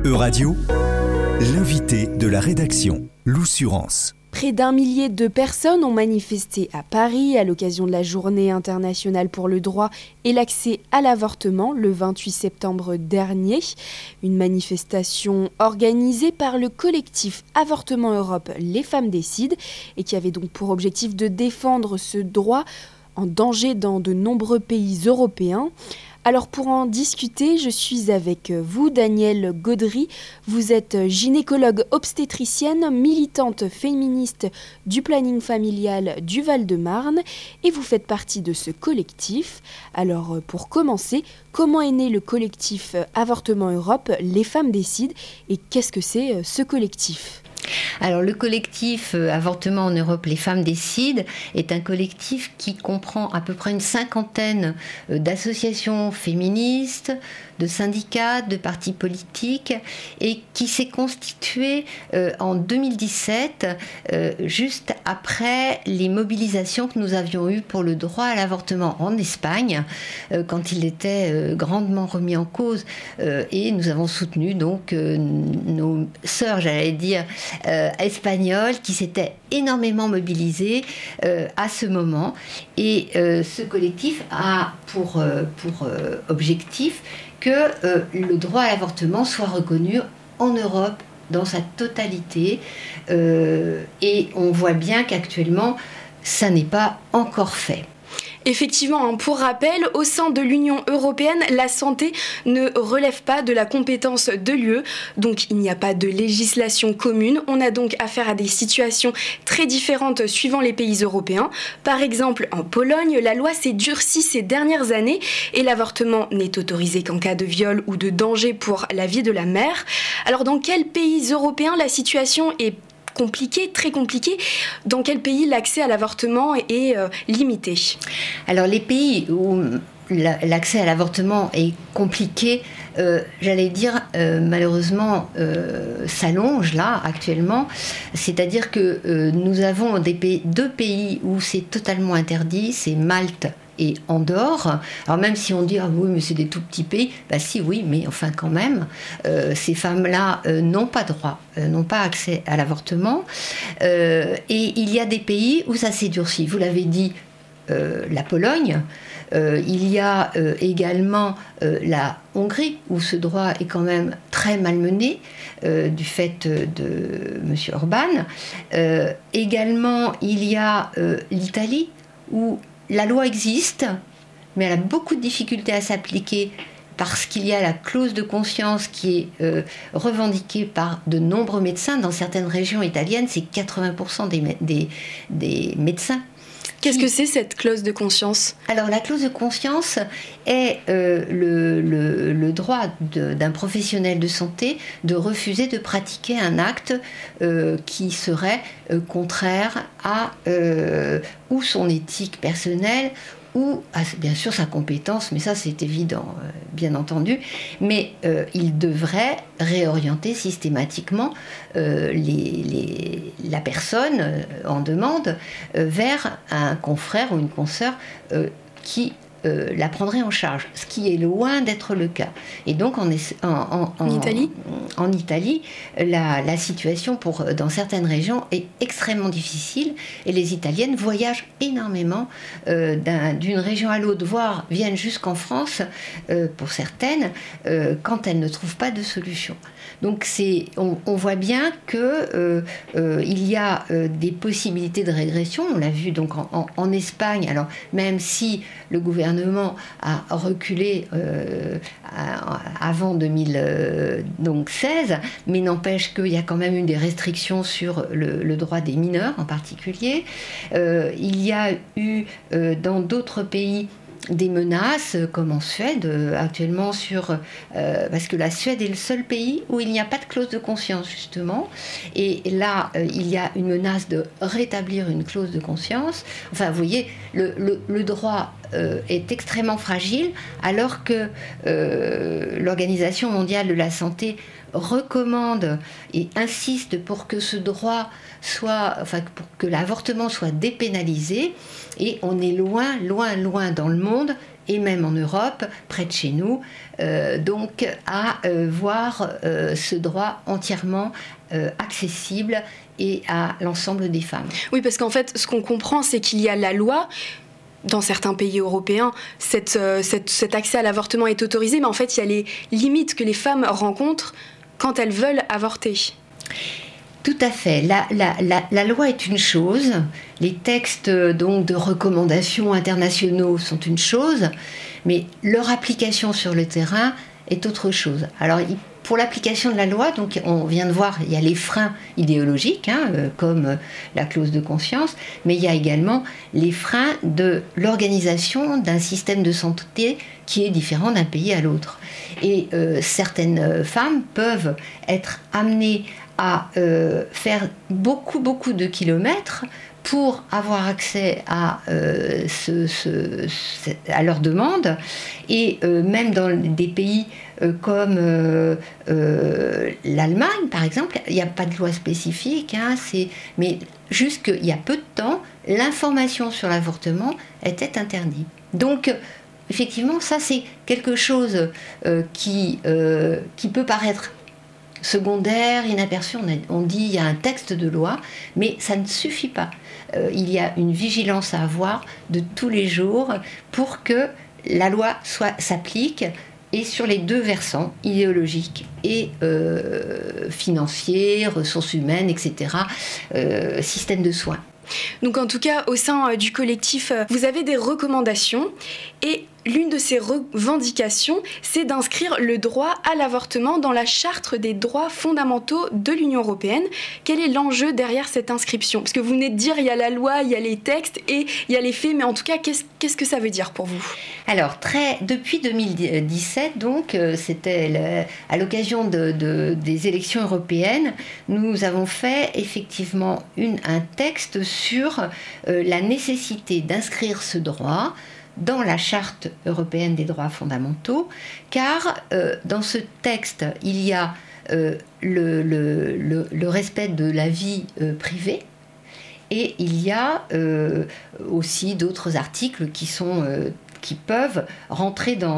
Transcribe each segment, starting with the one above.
Euradio, l'invité de la rédaction, l'Oussurance. Près d'1 millier de personnes ont manifesté à Paris à l'occasion de la Journée internationale pour le droit et l'accès à l'avortement le 28 septembre dernier. Une manifestation organisée par le collectif Avortement Europe Les Femmes Décident et qui avait donc pour objectif de défendre ce droit en danger dans de nombreux pays européens. Alors pour en discuter, je suis avec vous, Danielle Gaudry. Vous êtes gynécologue obstétricienne, militante féministe du planning familial du Val-de-Marne et vous faites partie de ce collectif. Alors pour commencer, comment est né le collectif Avortement Europe, Les Femmes Décident et qu'est-ce que c'est ce collectif ? Alors le collectif Avortement en Europe, Les Femmes Décident est un collectif qui comprend à peu près une 50aine d'associations féministes, de syndicats, de partis politiques et qui s'est constitué en 2017, juste après les mobilisations que nous avions eues pour le droit à l'avortement en Espagne, quand il était grandement remis en cause et nous avons soutenu donc nos sœurs, j'allais dire, espagnoles qui s'étaient énormément mobilisées à ce moment. Et ce collectif a pour objectif que le droit à l'avortement soit reconnu en Europe dans sa totalité. Et on voit bien qu'actuellement, ça n'est pas encore fait. Effectivement, pour rappel, au sein de l'Union européenne, la santé ne relève pas de la compétence de l'UE, donc il n'y a pas de législation commune. On a donc affaire à des situations très différentes suivant les pays européens. Par exemple, en Pologne, la loi s'est durcie ces dernières années et l'avortement n'est autorisé qu'en cas de viol ou de danger pour la vie de la mère. Alors dans quels pays européens la situation est compliqué, très compliqué? Dans quel pays l'accès à l'avortement est limité? Alors les pays où l'accès à l'avortement est compliqué, j'allais dire malheureusement s'allonge là actuellement, c'est-à-dire que nous avons deux pays où c'est totalement interdit, c'est Malte et Andorre. Alors même si on dit ah oui mais c'est des tout petits pays, bah si oui mais enfin quand même ces femmes-là n'ont pas droit, n'ont pas accès à l'avortement et il y a des pays où ça s'est durci. Vous l'avez dit, la Pologne, il y a également la Hongrie où ce droit est quand même très malmené du fait de M. Orban. Également il y a l'Italie où la loi existe, mais elle a beaucoup de difficultés à s'appliquer parce qu'il y a la clause de conscience qui est revendiquée par de nombreux médecins. Dans certaines régions italiennes, c'est 80% des médecins. Qu'est-ce que c'est cette clause de conscience ? Alors la clause de conscience est le droit d'un professionnel de santé de refuser de pratiquer un acte qui serait contraire à ou son éthique personnelle ou bien sûr sa compétence, mais ça c'est évident, bien entendu, mais il devrait réorienter systématiquement la personne en demande vers un confrère ou une consoeur qui la prendrait en charge, ce qui est loin d'être le cas. Et donc en Italie, en Italie, la situation dans certaines régions est extrêmement difficile et les Italiennes voyagent énormément d'une région à l'autre, voire viennent jusqu'en France pour certaines quand elles ne trouvent pas de solution. Donc on voit bien que il y a des possibilités de régression. On l'a vu donc en Espagne. Alors même si le gouvernement a reculé avant 2016, mais n'empêche qu'il y a quand même eu des restrictions sur le droit des mineurs en particulier. Il y a eu dans d'autres pays des menaces, comme en Suède actuellement, parce que la Suède est le seul pays où il n'y a pas de clause de conscience justement, et là il y a une menace de rétablir une clause de conscience. Enfin vous voyez, le droit est extrêmement fragile alors que l'Organisation mondiale de la santé recommande et insiste pour que ce droit pour que l'avortement soit dépénalisé, et on est loin dans le monde et même en Europe, près de chez nous, donc à voir ce droit entièrement accessible et à l'ensemble des femmes. Oui, parce qu'en fait, ce qu'on comprend, c'est qu'il y a la loi. Dans certains pays européens, cet accès à l'avortement est autorisé, mais en fait, il y a les limites que les femmes rencontrent quand elles veulent avorter. Tout à fait. La loi est une chose, les textes donc, de recommandations internationaux sont une chose, mais leur application sur le terrain est autre chose. Alors, pour l'application de la loi, donc on vient de voir, il y a les freins idéologiques, comme la clause de conscience, mais il y a également les freins de l'organisation d'un système de santé qui est différent d'un pays à l'autre. Et certaines femmes peuvent être amenées à faire beaucoup de kilomètres pour avoir accès à leur demande, et même dans des pays comme l'Allemagne par exemple, il n'y a pas de loi spécifique, mais juste qu'il y a peu de temps, l'information sur l'avortement était interdite. Donc effectivement, ça c'est quelque chose qui peut paraître secondaire, inaperçu. On dit il y a un texte de loi, mais ça ne suffit pas. Il y a une vigilance à avoir de tous les jours pour que la loi s'applique, et sur les deux versants, idéologiques et financiers, ressources humaines, etc., système de soins. Donc en tout cas, au sein du collectif, vous avez des recommandations, et l'une de ces revendications, c'est d'inscrire le droit à l'avortement dans la charte des droits fondamentaux de l'Union européenne. Quel est l'enjeu derrière cette inscription ? Parce que vous venez de dire, il y a la loi, il y a les textes et il y a les faits, mais en tout cas, qu'est-ce que ça veut dire pour vous ? Alors, depuis 2017, donc, c'était à l'occasion des élections européennes, nous avons fait effectivement un texte sur la nécessité d'inscrire ce droit dans la Charte européenne des droits fondamentaux, car dans ce texte, il y a le respect de la vie privée, et il y a aussi d'autres articles qui peuvent rentrer dans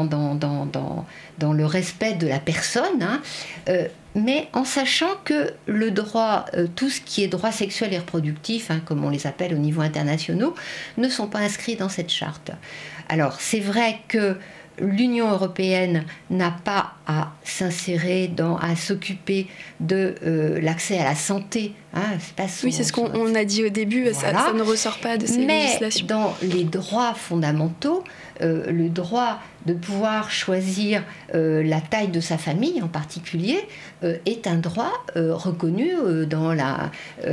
le respect de la personne, mais en sachant que le droit, tout ce qui est droit sexuel et reproductif, comme on les appelle au niveau international, ne sont pas inscrits dans cette charte. Alors c'est vrai que l'Union européenne n'a pas à s'insérer, à s'occuper de l'accès à la santé. Oui, c'est ce qu'on a dit au début, voilà. Ça ne ressort pas de ces législations. Mais dans les droits fondamentaux, le droit de pouvoir choisir la taille de sa famille en particulier est un droit reconnu dans la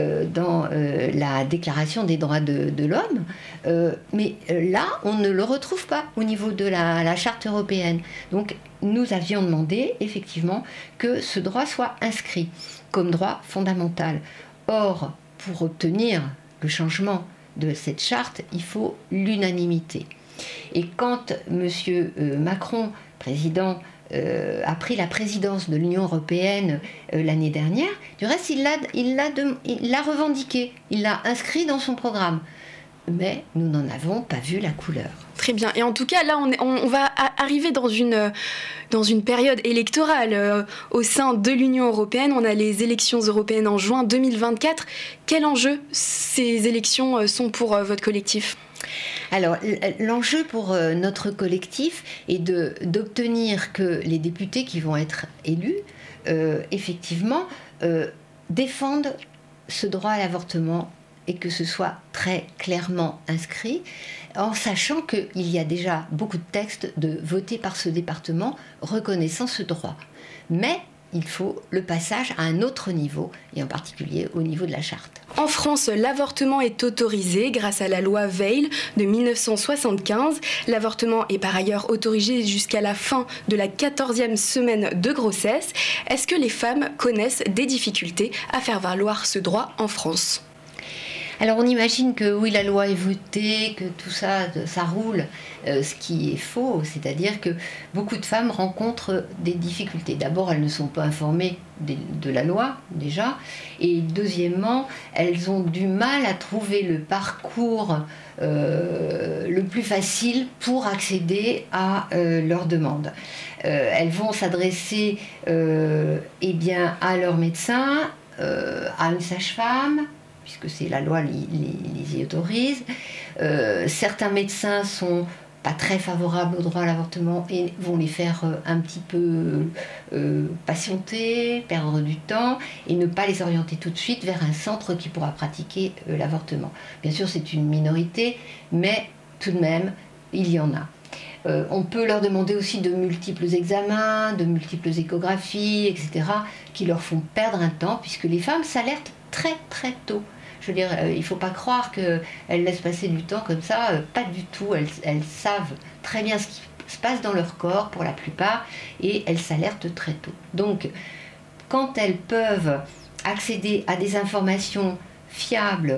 Déclaration des droits de l'homme. Mais là, on ne le retrouve pas au niveau de la Charte européenne. Donc, nous avions demandé effectivement que ce droit soit inscrit comme droit fondamental. Or, pour obtenir le changement de cette charte, il faut l'unanimité. Et quand M. Macron, président, a pris la présidence de l'Union européenne l'année dernière, du reste, il l'a revendiqué, il l'a inscrit dans son programme. Mais nous n'en avons pas vu la couleur. Très bien. Et en tout cas, là, on va arriver dans une période électorale. Au sein de l'Union européenne, on a les élections européennes en juin 2024. Quel enjeu ces élections sont pour votre collectif ? Alors, l'enjeu pour notre collectif est d'obtenir que les députés qui vont être élus, effectivement, défendent ce droit à l'avortement, et que ce soit très clairement inscrit, en sachant qu'il y a déjà beaucoup de textes votés par ce département reconnaissant ce droit. Mais il faut le passage à un autre niveau, et en particulier au niveau de la charte. En France, l'avortement est autorisé grâce à la loi Veil de 1975. L'avortement est par ailleurs autorisé jusqu'à la fin de la 14e semaine de grossesse. Est-ce que les femmes connaissent des difficultés à faire valoir ce droit en France ? Alors on imagine que oui, la loi est votée, que tout ça roule, ce qui est faux, c'est-à-dire que beaucoup de femmes rencontrent des difficultés. D'abord, elles ne sont pas informées de la loi déjà, et deuxièmement, elles ont du mal à trouver le parcours le plus facile pour accéder à leurs demandes. Elles vont s'adresser à leur médecin, à une sage-femme, puisque c'est la loi les y autorise. Certains médecins sont pas très favorables au droit à l'avortement et vont les faire un petit peu patienter, perdre du temps et ne pas les orienter tout de suite vers un centre qui pourra pratiquer l'avortement. Bien sûr, c'est une minorité, mais tout de même, il y en a. On peut leur demander aussi de multiples examens, de multiples échographies, etc., qui leur font perdre un temps, puisque les femmes s'alertent très très tôt. Je veux dire, il ne faut pas croire qu'elles laissent passer du temps comme ça, pas du tout. Elles savent très bien ce qui se passe dans leur corps, pour la plupart, et elles s'alertent très tôt. Donc, quand elles peuvent accéder à des informations fiables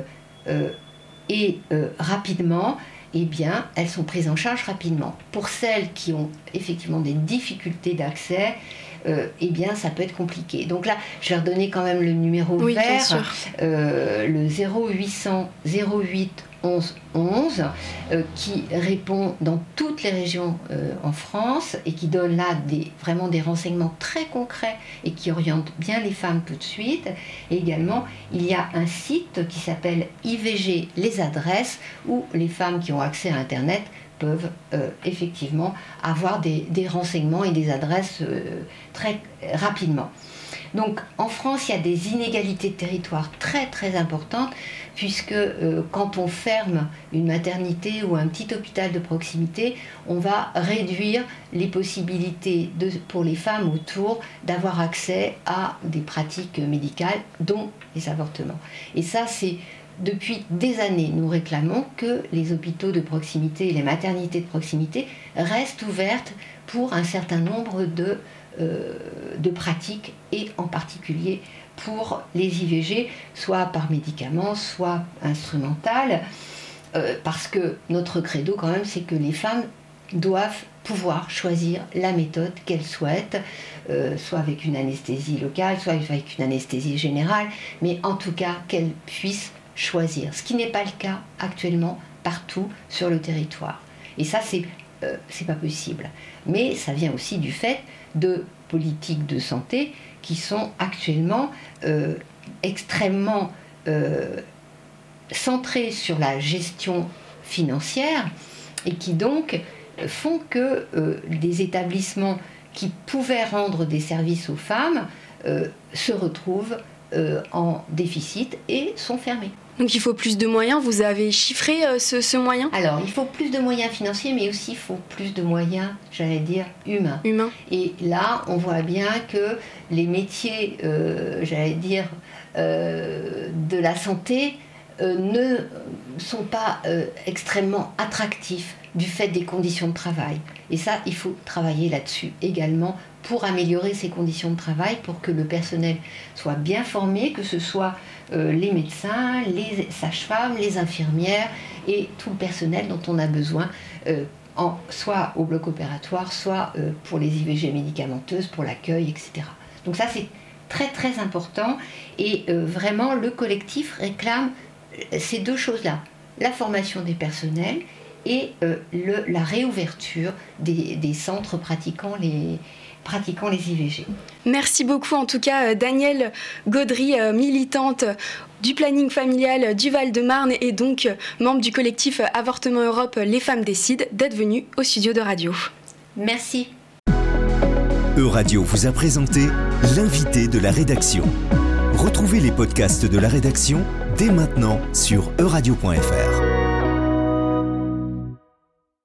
et rapidement, eh bien, elles sont prises en charge rapidement. Pour celles qui ont effectivement des difficultés d'accès, eh bien, ça peut être compliqué. Donc là, je vais leur donner quand même le numéro vert, le 0800 08 11 11, qui répond dans toutes les régions en France et qui donne là vraiment des renseignements très concrets et qui orientent bien les femmes tout de suite. Et également, il y a un site qui s'appelle IVG Les Adresses, où les femmes qui ont accès à Internet peuvent effectivement avoir des renseignements et des adresses très rapidement. Donc en France, il y a des inégalités de territoire très très importantes, puisque quand on ferme une maternité ou un petit hôpital de proximité, on va réduire les possibilités pour les femmes autour d'avoir accès à des pratiques médicales, dont les avortements. Et ça, c'est depuis des années, nous réclamons que les hôpitaux de proximité et les maternités de proximité restent ouvertes pour un certain nombre de pratiques, et en particulier pour les IVG, soit par médicaments, soit instrumentales, parce que notre credo quand même, c'est que les femmes doivent pouvoir choisir la méthode qu'elles souhaitent, soit avec une anesthésie locale, soit avec une anesthésie générale, mais en tout cas qu'elles puissent choisir, ce qui n'est pas le cas actuellement partout sur le territoire. Et ça, c'est pas possible. Mais ça vient aussi du fait de politiques de santé qui sont actuellement extrêmement centrées sur la gestion financière et qui donc font que des établissements qui pouvaient rendre des services aux femmes se retrouvent en déficit et sont fermés. Donc il faut plus de moyens, vous avez chiffré ce moyen ? Alors il faut plus de moyens financiers, mais aussi il faut plus de moyens, j'allais dire, humains. Et là, on voit bien que les métiers, j'allais dire, de la santé ne sont pas extrêmement attractifs du fait des conditions de travail. Et ça, il faut travailler là-dessus également pour améliorer ces conditions de travail, pour que le personnel soit bien formé, que ce soit les médecins, les sages-femmes, les infirmières et tout le personnel dont on a besoin, soit au bloc opératoire, soit pour les IVG médicamenteuses, pour l'accueil, etc. Donc ça, c'est très très important, et vraiment le collectif réclame ces deux choses-là, la formation des personnels et la réouverture des centres pratiquant les IVG. Merci beaucoup en tout cas Danielle Gaudry, militante du planning familial du Val-de-Marne et donc membre du collectif Avortement Europe Les Femmes Décident, d'être venue au studio de radio. Merci. Euradio vous a présenté l'invité de la rédaction. Retrouvez les podcasts de la rédaction dès maintenant sur euradio.fr.